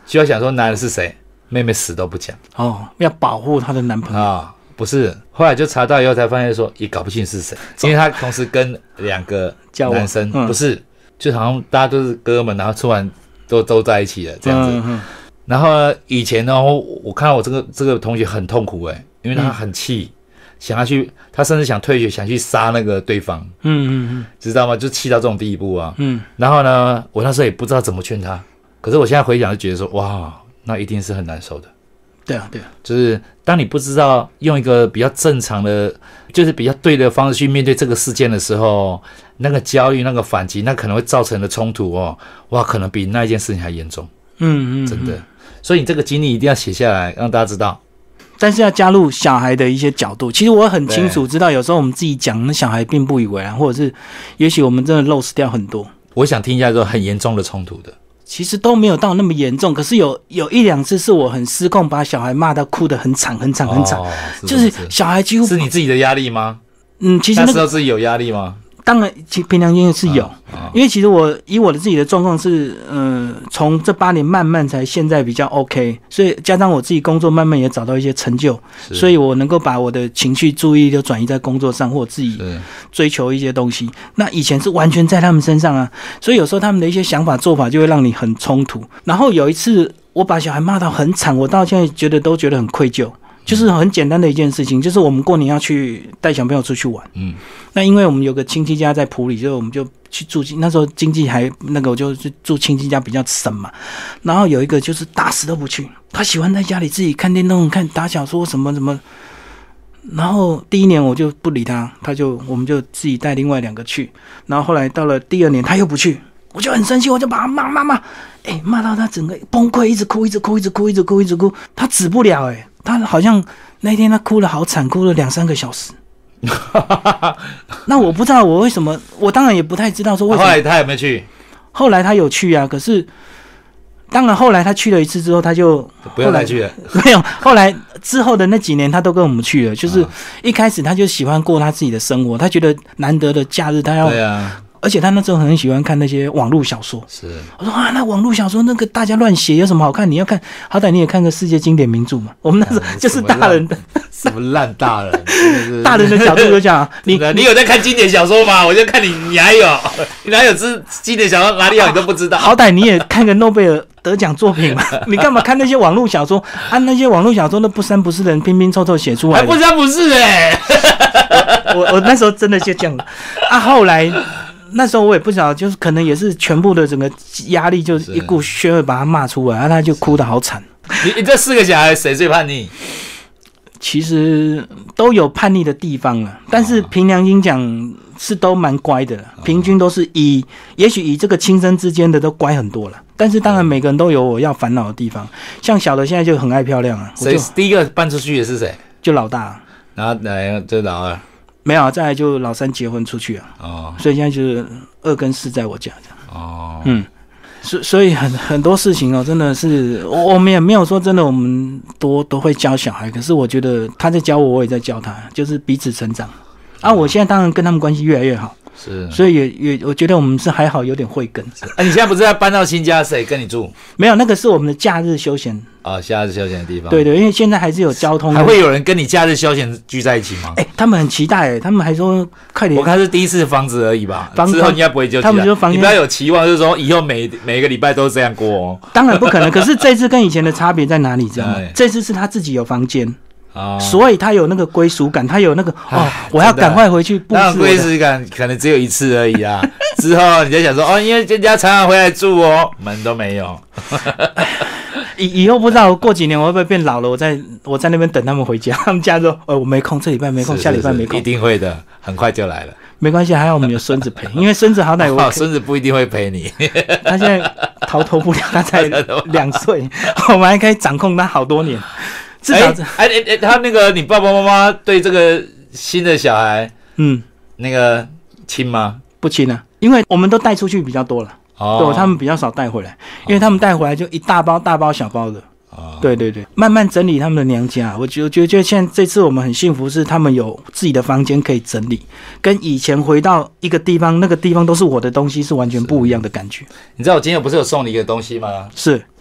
就要想说男的是谁，妹妹死都不讲。 哦，要保护她的男朋友啊、哦，不是，后来就查到以后才发现说也搞不清是谁，因为他同时跟两个男生，嗯、不是，就好像大家都是哥们，然后突然都都在一起了这样子。嗯嗯、然后以前呢，我看到我这个这个同学很痛苦哎，因为他很气。嗯，想要去，他甚至想退学，想去杀那个对方，嗯嗯嗯，知道吗？就气到这种地步啊，嗯。然后呢，我那时候也不知道怎么劝他，可是我现在回想就觉得说，哇，那一定是很难受的。 对啊，对啊， 就是当你不知道用一个比较正常的，就是比较对的方式去面对这个事件的时候，那个焦虑、那个反击，那可能会造成的冲突哦，哇，可能比那一件事情还严重。嗯嗯，真的。所以你这个经历一定要写下来，让大家知道。 但是要加入小孩的一些角度，其实我很清楚知道，有时候我们自己讲，那小孩并不以为然，或者是也许我们真的漏失掉很多。 我想听一下说很严重的冲突的， 其实都没有到那么严重，可是有有一两次是我很失控，把小孩骂到哭得很惨很惨很惨，哦、是就是小孩几乎是你自己的压力吗？ 嗯，其实、那個、 那时候自己有压力吗？ 当然，其凭良心是有、哦哦，因为其实我以我的自己的状况是，呃，从这八年慢慢才现在比较 OK， 所以加上我自己工作慢慢也找到一些成就，所以我能够把我的情绪注意力都转移在工作上，或自己追求一些东西。那以前是完全在他们身上啊，所以有时候他们的一些想法做法就会让你很冲突。然后有一次我把小孩骂到很惨，我到现在觉得都觉得很愧疚。就是很简单的一件事情，就是我们过年要去带小朋友出去玩，嗯，那因为我们有个亲戚家在埔里，所以我们就去住，那时候经济还那个，我就住亲戚家比较省嘛。然后有一个就是打死都不去，他喜欢在家里自己看电动、看打小说什么什么。然后第一年我就不理他，他就我们就自己带另外两个去。然后后来到了第二年他又不去，我就很生气，我就把他骂骂骂，哎，骂到他整个崩溃，一直哭，一直哭，一直哭，一直哭，一直哭，他止不了哎、欸。他好像那天他哭了好惨，哭了两三个小时。那我不知道我为什么，我当然也不太知道说为什么。 后来他有没有去？ 后来他有去啊，可是当然后来他去了一次之后，他就不要再去了。 没有，后来之后的那几年他都跟我们去了。就是一开始他就喜欢过他自己的生活，他觉得难得的假日他要。 对啊。 而且他那时候很喜欢看那些网络小说。 是， 我说啊，那网络小说那个大家乱写有什么好看？你要看，好歹你也看个世界经典名著嘛。我们那时候就是大人的， 什么烂大人， 大人的角度就讲，你你有在看经典小说吗？我就看你，你还有，你哪有是经典小说哪里有你都不知道。 好歹你也看个诺贝尔得奖作品嘛，你干嘛看那些网络小说？啊，那些网络小说那不三不四的人拼拼凑凑写出来的， 还不三不四哎、 欸。我我我那时候真的就这样了啊，后来。那时候我也不知道，就是可能也是全部的整个压力，就一股血会把他骂出来，然后他就哭得好惨。 你你这四个小孩谁最叛逆？ 其实都有叛逆的地方了，但是凭良心讲是都蛮乖的了，平均都是以，也许以这个亲生之间的都乖很多了。但是当然每个人都有我要烦恼的地方，像小的现在就很爱漂亮啊。 谁第一个搬出去的是谁？ 就老大， 然后来就老二。 没有，再来就老三结婚出去啊，哦，所以现在就是二跟四在我家的，哦，嗯，所所以很很多事情哦，真的是我我们也没有说真的我们多都会教小孩，可是我觉得他在教我，我也在教他，就是彼此成长。啊，我现在当然跟他们关系越来越好，是，所以也也我觉得我们是还好有点慧根。 啊，你现在不是在搬到新家，谁跟你住？ 没有，那个是我们的假日休闲。 啊、哦，假日休闲的地方。 对对，因为现在还是有交通， 还会有人跟你假日休闲聚在一起吗？ 哎、欸，他们很期待、欸，他们还说快点。 我看是第一次房子而已吧，房之后应该不会就。 他们就房， 你不要有期望，就是说以后每每一个礼拜都这样过哦。 当然不可能，可是这次跟以前的差别在哪里？知道吗？这次是他自己有房间。哦、所以他有那个归属感，他有那个哦，我要赶快回去布置。 那归属感可能只有一次而已啊。之后你就想说哦，因为人家常常回来住哦，门都没有。 以以后不知道过几年我会不会变老了，我在我在那边等他们回家，他们家说呃我没空，这礼拜没空，下礼拜没空， 一定会的，很快就来了。 没关系，还好我们有孙子陪，因为孙子好歹我、 哦、孙子不一定会陪你， 他现在逃脱不了，他才两岁，我们还可以掌控他好多年。至少哎哎哎，他那个你爸爸妈妈对这个新的小孩，嗯，那个亲吗？ 不亲啊，因为我们都带出去比较多了，哦，对，他们比较少带回来，因为他们带回来就一大包大包小包的，哦，对对对，慢慢整理他们的娘家。我觉得觉得现在这次我们很幸福，是他们有自己的房间可以整理，跟以前回到一个地方，那个地方都是我的东西，是完全不一样的感觉。 你知道我今天不是有送你一个东西吗？ 是。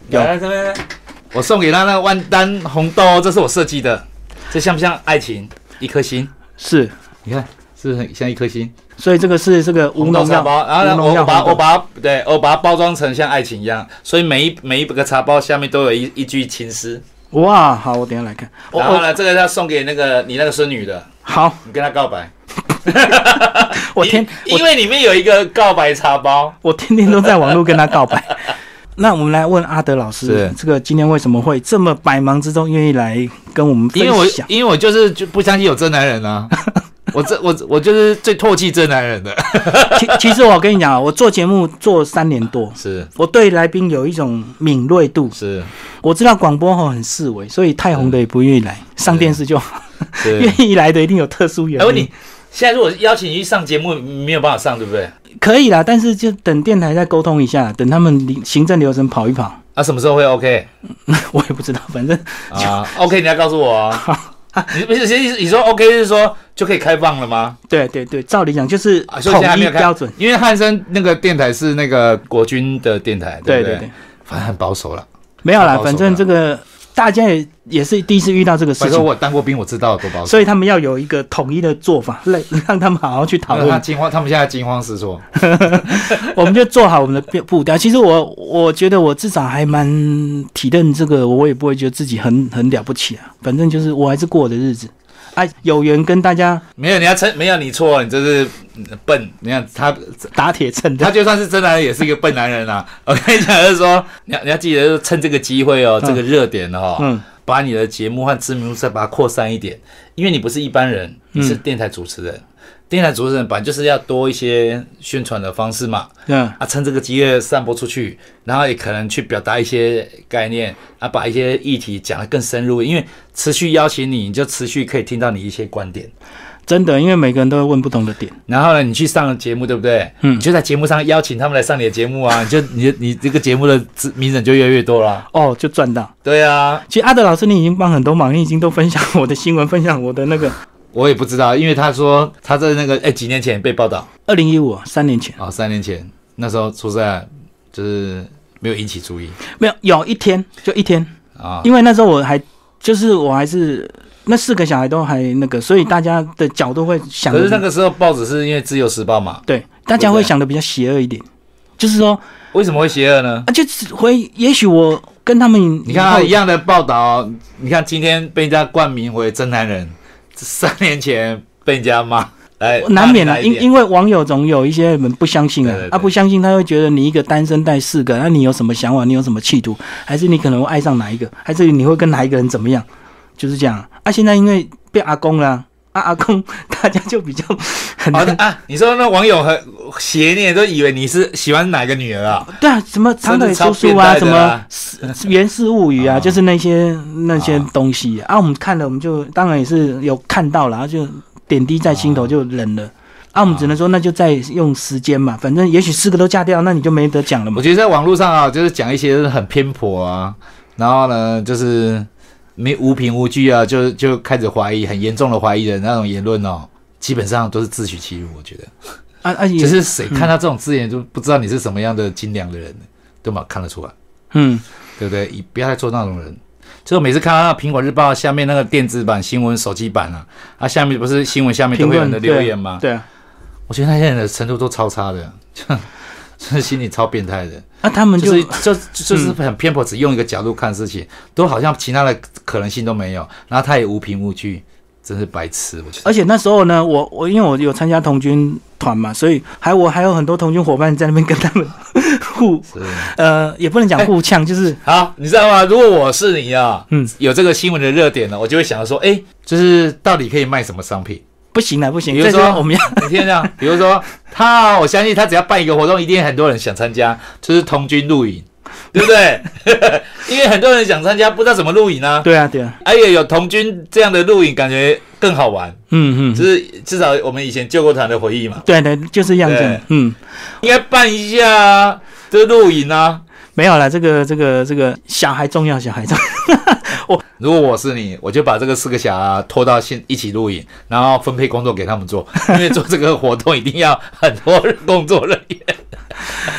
有来这边，我送给他那个万丹红豆，这是我设计的，这像不像爱情？一颗心， 是， 你看是不是很像一颗心？ 所以这个是这个无农药包，然后呢，我把我把它对我把它包装成像爱情一样，所以每一每一个茶包下面都有一一句情诗。 哇，好，我等一下来看。 然后呢，这个要送给那个你那个孙女的。 好， 你跟她告白。 我天， 因为里面有一个告白茶包， 我天天都在网络跟她告白。那我们来问阿德老师，这个今天为什么会这么百忙之中愿意来跟我们分享？ 因为我因为我就是就不相信有真男人啊。我这我我就是最唾弃真男人的。 其其实我跟你讲，我做节目做三年多， 是我对来宾有一种敏锐度。 是， 我知道广播吼很式微，所以太红的也不愿意来，上电视就好。愿意来的一定有特殊原因。 哎，问你，现在如果邀请你去上节目，没有办法上，对不对？ 可以啦，但是就等电台再沟通一下，等他们行政流程跑一跑。 啊，什么时候会 OK？ 我也不知道，反正啊 OK， 你要告诉我啊。你不是你说 OK 是说就可以开放了吗？ 对对对，照理讲就是统一标准， 因为汉声那个电台是那个国军的电台，对不对？ 对对对， 反正很保守了。 没有啦，反正这个大家也也是第一次遇到这个事情。 反正我当过兵，我知道有多保守， 所以他们要有一个统一的做法，让让他们好好去讨论。 他惊慌，他们现在惊慌失措。 我们就做好我们的步调。其实我我觉得我至少还蛮体认这个，我也不会觉得自己很很了不起啊。反正就是我还是过我的日子。啊，有缘跟大家没有，你要称没有你错，你这是笨。你看他打铁趁热， 他就算是真男人，也是一个笨男人啊！我跟你讲，就是说，你要你要记得趁这个机会哦，嗯、这个热点哦，嗯，把你的节目和知名度再把它扩散一点，因为你不是一般人，你是电台主持人。嗯电台主持人本来就是要多一些宣传的方式嘛，嗯啊，趁这个机会散播出去，然后也可能去表达一些概念啊，把一些议题讲得更深入，因为持续邀请你，你就持续可以听到你一些观点。 真的，因为每个人都会问不同的点， 然后呢，你去上节目，对不对？嗯，你就在节目上邀请他们来上你的节目啊，你就你你这个节目的名人就越来越多了， 哦，就赚到。 对啊， 其实阿德老师，你已经帮很多忙，你已经都分享我的新闻，分享我的那个。 我也不知道，因为他说他在那个哎、欸、几年前被报道， 二零一五三年前啊、哦，三年前那时候出赛就是没有引起注意， 没有有一天就一天啊，因为那时候我还就是我还是那四个小孩都还那个，所以大家的角度会想。 可是那个时候报纸是因为自由时报嘛， 对，大家会想的比较邪恶一点，就是说为什么会邪恶呢？ 啊，就会也许我跟他们你看他一样的报道，你看今天被人家冠名为真男人。三年前被人家骂，来难免啦、啊，因因为网友总有一些人不相信啊，对对对啊不相信他会觉得你一个单身带四个，那、啊、你有什么想法？你有什么企图？还是你可能会爱上哪一个？还是你会跟哪一个人怎么样？就是这样啊。现在因为变阿公了、啊，啊阿公大家就比较很好的啊。你说那网友很邪念，都以为你是喜欢哪个女儿啊？ 对啊，什么长腿叔叔啊，什么源氏物语啊，哦、就是那些那些东西 啊, 啊。我们看了，我们就当然也是有看到了，然后就点滴在心头，就忍了。哦、啊，我们只能说那就再用时间嘛，反正也许四个都嫁掉，那你就没得讲了嘛。 我觉得在网络上啊，就是讲一些很偏颇啊，然后呢，就是没无凭无据啊，就就开始怀疑，很严重的怀疑的那种言论哦，基本上都是自取其辱，我觉得。啊啊！就是谁看到这种字眼就不知道你是什么样的精良的人，都嘛看得出来，嗯，对不对？你不要再做那种人。就是我每次看到那苹果日报下面那个电子版新闻手机版啊，啊下面不是新闻下面都会有人的留言吗？ 对啊， 我觉得那些人的程度都超差的，就是心理超变态的。 啊，他们就就是就就是很偏颇，只用一个角度看事情，都好像其他的可能性都没有，然后他也无凭无据。真是白痴，我觉得。 而且那时候呢，我我因为我有参加童军团嘛，所以还我还有很多童军伙伴在那边跟他们互，呃，也不能讲互呛，欸、就是好，你知道吗？如果我是你啊，嗯，有这个新闻的热点呢，我就会想说，哎、欸，就是到底可以卖什么商品？ 不行了，不行。 比如说我们要，你听这样，比如说他，我相信他只要办一个活动，一定很多人想参加，就是童军露营。对不对？因为很多人想参加，不知道怎么露营啊。 对啊，对啊。 而且有童军这样的露营，感觉更好玩。嗯嗯，就是至少我们以前救国团的回忆嘛。 对对，就是这样子。嗯， 应该办一下啊，这个露营啊。 没有啦，这个这个这个小孩重要，小孩重要。 我如果我是你，我就把这个四个小孩拖到现一起露营，然后分配工作给他们做，因为做这个活动一定要很多工作人员。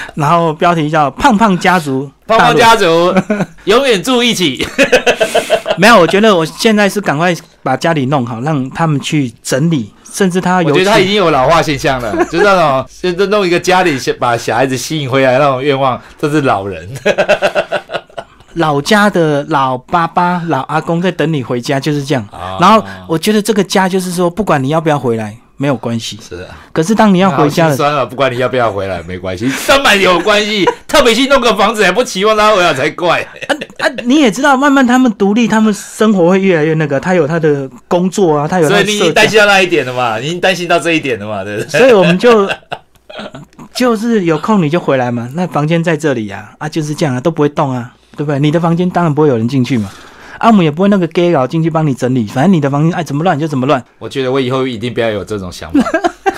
然后标题叫胖胖家族， 胖胖家族永远住一起。 没有，我觉得我现在是赶快把家里弄好，让他们去整理，甚至他有， 我觉得他已经有老化现象了，就是那种现在弄一个家里把小孩子吸引回来那种愿望，这是老人。 老家的老爸爸、老阿公在等你回家，就是这样。 哦、 然后我觉得这个家就是说，不管你要不要回来，没有关系。 是啊。 可是当你要回家了， 算了，不管你要不要回来，没关系，当然有关系。特别去弄个房子，还不期望他回来才怪。 啊啊！你也知道，慢慢他们独立，他们生活会越来越那个。他有他的工作啊，他有他的社交。 所以你已经担心到那一点了嘛？你已经担心到这一点了嘛？对不对？ 所以我们就就是有空你就回来嘛。那房间在这里呀、啊，啊就是这样啊，都不会动啊。对不对？你的房间当然不会有人进去嘛，啊，我们也不会那个 gay 佬进去帮你整理，反正你的房间爱怎么乱你就怎么乱。 我觉得我以后一定不要有这种想法，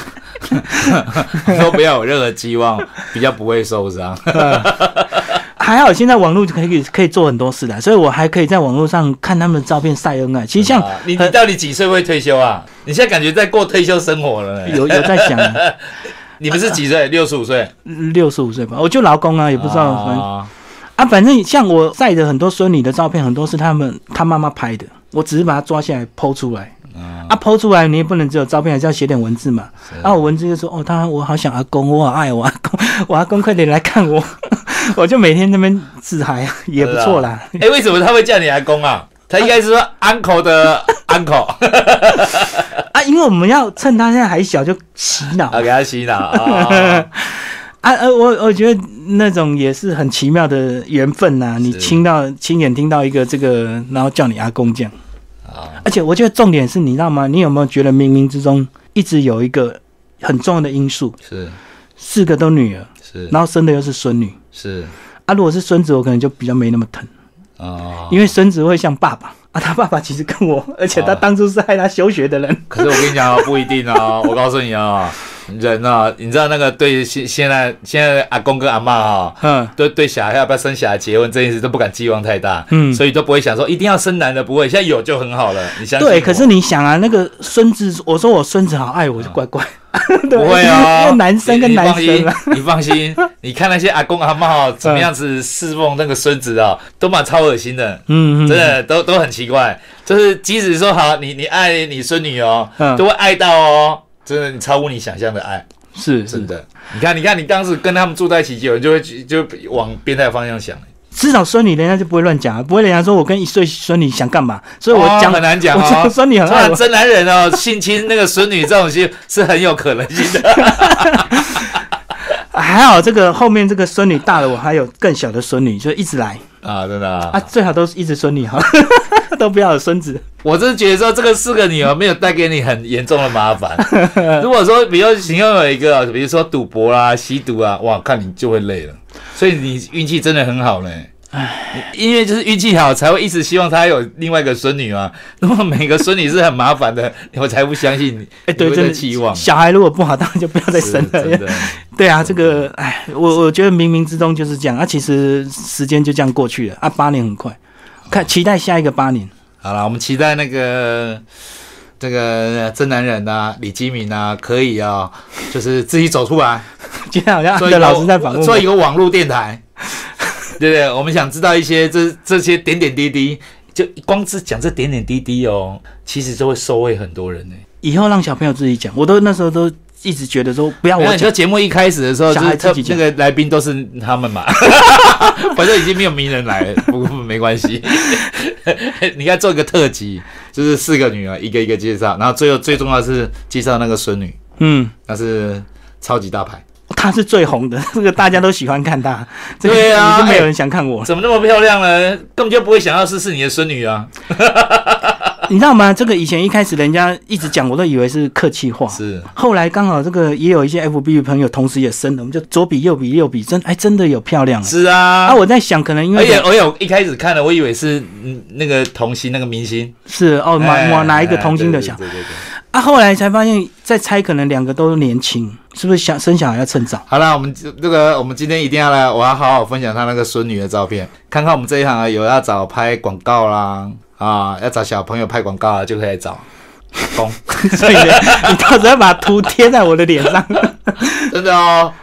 都不要有任何期望，比较不会受伤。 还好现在网络可以可以做很多事的，所以我还可以在网络上看他们的照片晒恩爱。其实像、 啊、你你到底几岁会退休啊？你现在感觉在过退休生活了、欸？ 有有在想、啊。 你们是几岁？六十五岁？ 六十五岁吧，我就劳工啊，也不知道。啊啊，反正像我晒的很多孙女的照片，很多是他们他妈妈拍的，我只是把它抓下来 po 出来。嗯、啊 ，po 出来你也不能只有照片，还是要写点文字嘛。啊，我文字就说哦，他我好想阿公，我好爱我阿公，我阿公快点来看我，我就每天那边自嗨，也不错啦。 哎、欸，为什么他会叫你阿公啊？他应该是说 uncle 的 uncle 啊，因为我们要趁他现在还小就洗脑， 啊，给他洗脑啊。 啊呃，我我觉得那种也是很奇妙的缘分呐、啊。你亲到亲眼听到一个这个，然后叫你阿公这样。啊！而且我觉得重点是你知道吗？你有没有觉得冥冥之中一直有一个很重要的因素？ 是四个都女儿， 是， 然后生的又是孙女， 是。 啊，如果是孙子，我可能就比较没那么疼。哦。因为孙子会像爸爸啊，他爸爸其实跟我，而且他当初是害他休学的人。哦、 可是我跟你讲哦，不一定哦。我告诉你哦。人啊，你知道那个对现现在现在的阿公跟阿嬷哈，嗯，对对小孩要不要生小孩、结婚这件事都不敢寄望太大，嗯，所以都不会想说一定要生男的，不会，现在有就很好了，你相信我？ 对，可是你想啊，那个孙子，我说我孙子好爱我，就怪怪。 不会哦， 因为男生跟男生、啊你，你放心，你看那些阿公阿嬷哦，怎么样子侍奉那个孙子哦，都蛮超恶心的，嗯，真的都都很奇怪，就是即使说好，你你爱你孙女哦，嗯、都会爱到哦。真的，你超乎你想象的爱， 是真的。你看，你看，你当时跟他们住在一起，有人就会就往变态的方向想。 至少孙女人家就不会乱讲，不会人家说我跟一岁孙女想干嘛，所以我讲、 哦、很难讲哦。 我讲孙女很爱我， 真男人哦，性侵那个孙女这种事是很有可能性的。 还好这个后面这个孙女大了，我还有更小的孙女，就一直来啊， 真的 啊, 啊，最好都是一直孙女好，都不要有孙子。 我真的觉得说这个四个女儿没有带给你很严重的麻烦。如果说比如其中有一个，比如说赌博啦、吸毒啊，哇，看你就会累了。所以你运气真的很好嘞。因为就是运气好，才会一直希望他有另外一个孙女嘛。如果每个孙女是很麻烦的，我才不相信你。哎、欸，对，真的期望小孩如果不好，当然就不要再生了。真的，对啊，这个哎，我我觉得冥冥之中就是这样啊。其实时间就这样过去了啊，八年很快，看期待下一个八年。 好了，我们期待那个这个真男人啊，李基民啊，可以啊，就是自己走出来。 今天好像的老师在访问， 做一个网络电台。对不对？我们想知道一些这这些点点滴滴，就光是讲这点点滴滴哦，其实就会收惠很多人呢。 以后让小朋友自己讲，我都那时候都一直觉得说不要我讲。 就节目一开始的时候，就是特那个来宾都是他们嘛，反正已经没有名人来了，不过没关系。你看做一个特辑，就是四个女儿一个一个介绍，然后最后最重要的是介绍那个孙女，嗯，那是超级大牌。 他是最红的，这个大家都喜欢看他。 对啊， 已经没有人想看我、 欸。怎么那么漂亮呢？根本就不会想要试试你的孙女啊！ 你知道吗？这个以前一开始人家一直讲，我都以为是客气话。 是。 后来刚好这个也有一些 F B 朋友同时也生了，我们就左比右比右比，真哎真的有漂亮。 是啊。 啊，我在想，可能因为而且我有一开始看了，我以为是嗯那个童星那个明星。 是哦，哪、欸、哪一个童星的小？ 对对 对, 对, 对。 啊，后来才发现，再猜可能两个都年轻，是不是想生小孩要趁早？ 好啦，我们这个我们今天一定要来，我要好好分享他那个孙女的照片，看看我们这一行有要找拍广告啦，啊，要找小朋友拍广告啊，就可以找公。 所以你到时候要把图贴在我的脸上， 真的哦，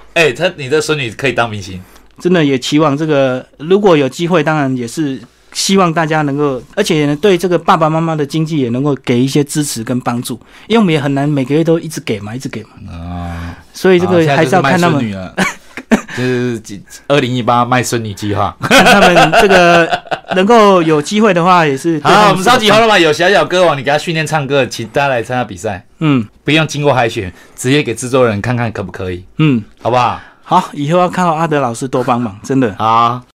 哎、欸，他你的孙女可以当明星， 真的也期望这个，如果有机会，当然也是希望大家能够，而且呢，对这个爸爸妈妈的经济也能够给一些支持跟帮助，因为我们也很难每个月都一直给嘛，一直给嘛。啊，所以这个还是要看他们。 就是二零一八卖孙女计划， 看他们这个能够有机会的话，也是好。我们超级红了嘛，有小小歌王，你给他训练唱歌，请大家来参加比赛。嗯，不用经过海选，直接给制作人看看可不可以。嗯，好不好？ 好，以后要靠阿德老师多帮忙，真的。 好。